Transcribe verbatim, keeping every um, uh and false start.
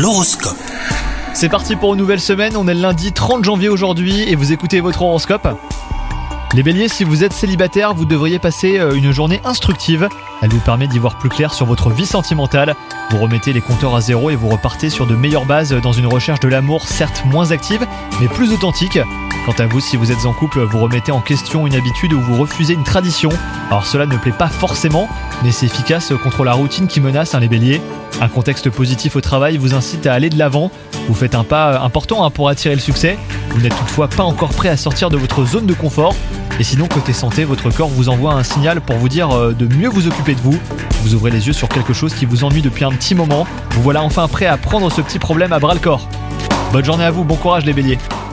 L'horoscope. C'est parti pour une nouvelle semaine, on est le lundi trente janvier aujourd'hui et vous écoutez votre horoscope. Les béliers, si vous êtes célibataire, vous devriez passer une journée instructive. Elle vous permet d'y voir plus clair sur votre vie sentimentale. Vous remettez les compteurs à zéro et vous repartez sur de meilleures bases dans une recherche de l'amour certes moins active, mais plus authentique. Quant à vous, si vous êtes en couple, vous remettez en question une habitude ou vous refusez une tradition. Alors cela ne plaît pas forcément, mais c'est efficace contre la routine qui menace hein, les béliers. Un contexte positif au travail vous incite à aller de l'avant. Vous faites un pas important hein, pour attirer le succès. Vous n'êtes toutefois pas encore prêt à sortir de votre zone de confort. Et sinon, côté santé, votre corps vous envoie un signal pour vous dire euh, de mieux vous occuper de vous. Vous ouvrez les yeux sur quelque chose qui vous ennuie depuis un petit moment. Vous voilà enfin prêt à prendre ce petit problème à bras le corps. Bonne journée à vous, bon courage les béliers.